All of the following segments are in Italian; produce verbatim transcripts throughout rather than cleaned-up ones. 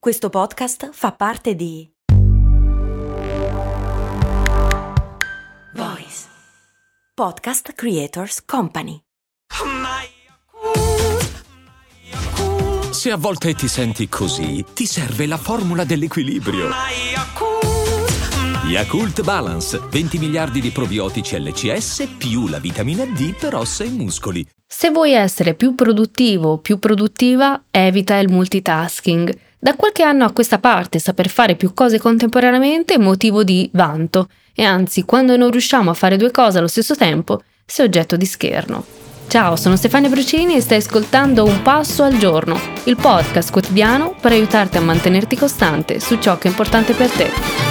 Questo podcast fa parte di Voice Podcast Creators Company. Se a volte ti senti così, ti serve la formula dell'equilibrio. Yakult Balance, venti miliardi di probiotici L C S più la vitamina D per ossa e muscoli. Se vuoi essere più produttivo o più produttiva, evita il multitasking. Da qualche anno a questa parte saper fare più cose contemporaneamente è motivo di vanto e anzi, quando non riusciamo a fare due cose allo stesso tempo, si è oggetto di scherno. Ciao, sono Stefania Brucini e stai ascoltando Un Passo al Giorno, il podcast quotidiano per aiutarti a mantenerti costante su ciò che è importante per te.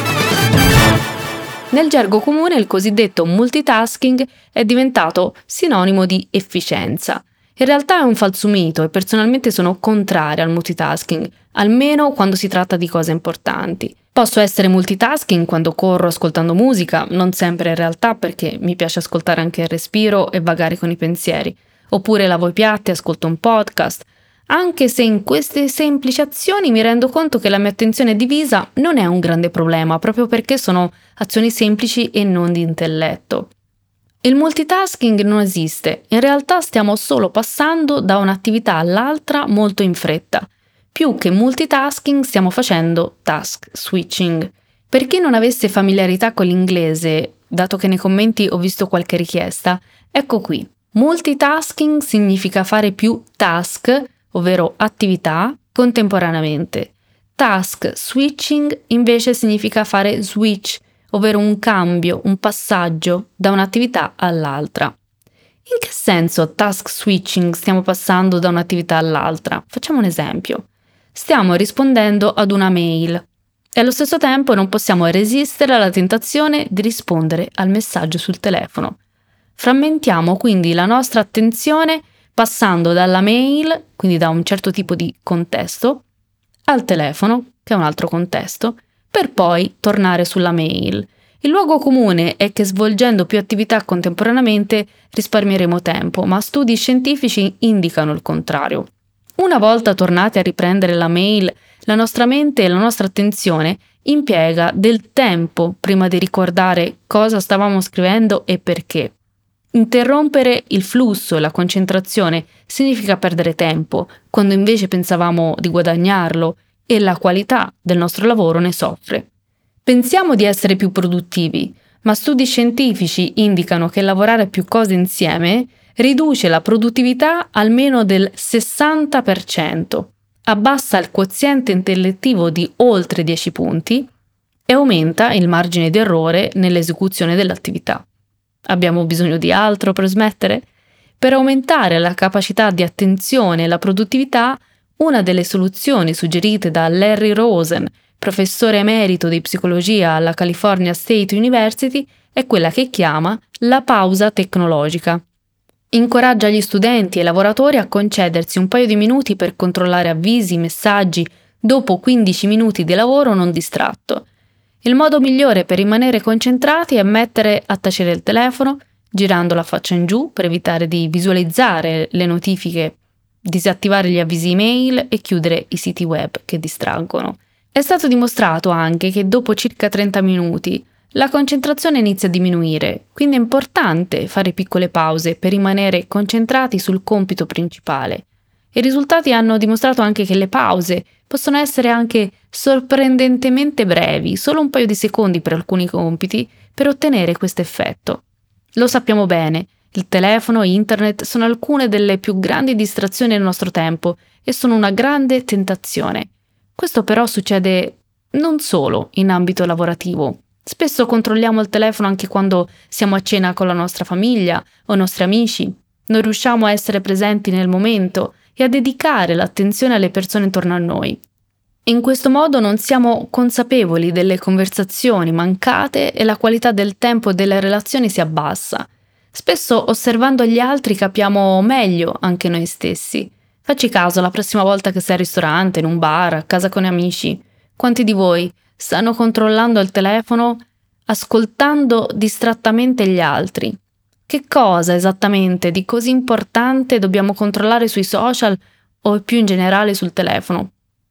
Nel gergo comune il cosiddetto multitasking è diventato sinonimo di efficienza. In realtà è un falso mito e personalmente sono contraria al multitasking, almeno quando si tratta di cose importanti. Posso essere multitasking quando corro ascoltando musica, non sempre in realtà perché mi piace ascoltare anche il respiro e vagare con i pensieri, oppure lavo i piatti e ascolto un podcast, anche se in queste semplici azioni mi rendo conto che la mia attenzione divisa non è un grande problema, proprio perché sono azioni semplici e non di intelletto. Il multitasking non esiste, in realtà stiamo solo passando da un'attività all'altra molto in fretta. Più che multitasking stiamo facendo task switching. Per chi non avesse familiarità con l'inglese, dato che nei commenti ho visto qualche richiesta, ecco qui. Multitasking significa fare più task, ovvero attività, contemporaneamente. Task switching invece significa fare switch, ovvero un cambio, un passaggio da un'attività all'altra. In che senso task switching stiamo passando da un'attività all'altra? Facciamo un esempio. Stiamo rispondendo ad una mail e allo stesso tempo non possiamo resistere alla tentazione di rispondere al messaggio sul telefono. Frammentiamo quindi la nostra attenzione passando dalla mail, quindi da un certo tipo di contesto, al telefono, che è un altro contesto, per poi tornare sulla mail. Il luogo comune è che svolgendo più attività contemporaneamente risparmieremo tempo, ma studi scientifici indicano il contrario. Una volta tornati a riprendere la mail, la nostra mente e la nostra attenzione impiega del tempo prima di ricordare cosa stavamo scrivendo e perché. Interrompere il flusso e la concentrazione significa perdere tempo, quando invece pensavamo di guadagnarlo, e la qualità del nostro lavoro ne soffre. Pensiamo di essere più produttivi, ma studi scientifici indicano che lavorare più cose insieme riduce la produttività almeno del sessanta per cento, abbassa il quoziente intellettivo di oltre dieci punti e aumenta il margine di errore nell'esecuzione dell'attività. Abbiamo bisogno di altro per smettere? Per aumentare la capacità di attenzione e la produttività, una delle soluzioni suggerite da Larry Rosen, professore emerito di psicologia alla California State University, è quella che chiama la pausa tecnologica. Incoraggia gli studenti e i lavoratori a concedersi un paio di minuti per controllare avvisi, messaggi, dopo quindici minuti di lavoro non distratto. Il modo migliore per rimanere concentrati è mettere a tacere il telefono, girando la faccia in giù per evitare di visualizzare le notifiche, disattivare gli avvisi email e chiudere i siti web che distraggono. È stato dimostrato anche che dopo circa trenta minuti la concentrazione inizia a diminuire, quindi è importante fare piccole pause per rimanere concentrati sul compito principale. I risultati hanno dimostrato anche che le pause possono essere anche sorprendentemente brevi, solo un paio di secondi per alcuni compiti, per ottenere questo effetto. Lo sappiamo bene, il telefono e internet sono alcune delle più grandi distrazioni del nostro tempo e sono una grande tentazione. Questo però succede non solo in ambito lavorativo. Spesso controlliamo il telefono anche quando siamo a cena con la nostra famiglia o i nostri amici. Non riusciamo a essere presenti nel momento e a dedicare l'attenzione alle persone intorno a noi. In questo modo non siamo consapevoli delle conversazioni mancate e la qualità del tempo e delle relazioni si abbassa. Spesso osservando gli altri capiamo meglio anche noi stessi. Facci caso la prossima volta che sei al ristorante, in un bar, a casa con amici. Quanti di voi stanno controllando il telefono, ascoltando distrattamente gli altri? Che cosa esattamente di così importante dobbiamo controllare sui social o più in generale sul telefono?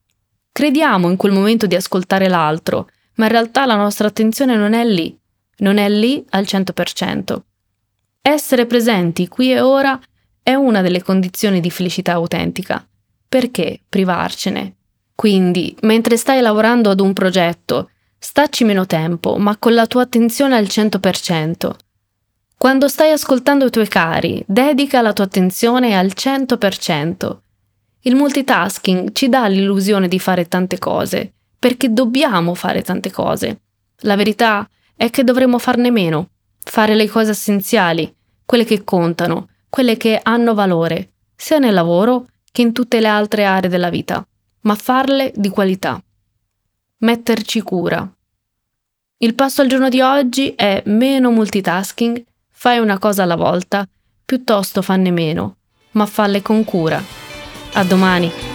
Crediamo in quel momento di ascoltare l'altro, ma in realtà la nostra attenzione non è lì, non è lì al cento per cento. Essere presenti qui e ora è una delle condizioni di felicità autentica. Perché privarcene? Quindi, mentre stai lavorando ad un progetto, stacci meno tempo, ma con la tua attenzione al cento per cento. Quando stai ascoltando i tuoi cari, dedica la tua attenzione al cento per cento. Il multitasking ci dà l'illusione di fare tante cose, perché dobbiamo fare tante cose. La verità è che dovremmo farne meno, fare le cose essenziali, quelle che contano, quelle che hanno valore, sia nel lavoro che in tutte le altre aree della vita, ma farle di qualità. Metterci cura. Il passo al giorno di oggi è meno multitasking, fai una cosa alla volta, piuttosto fanne meno, ma falle con cura. A domani!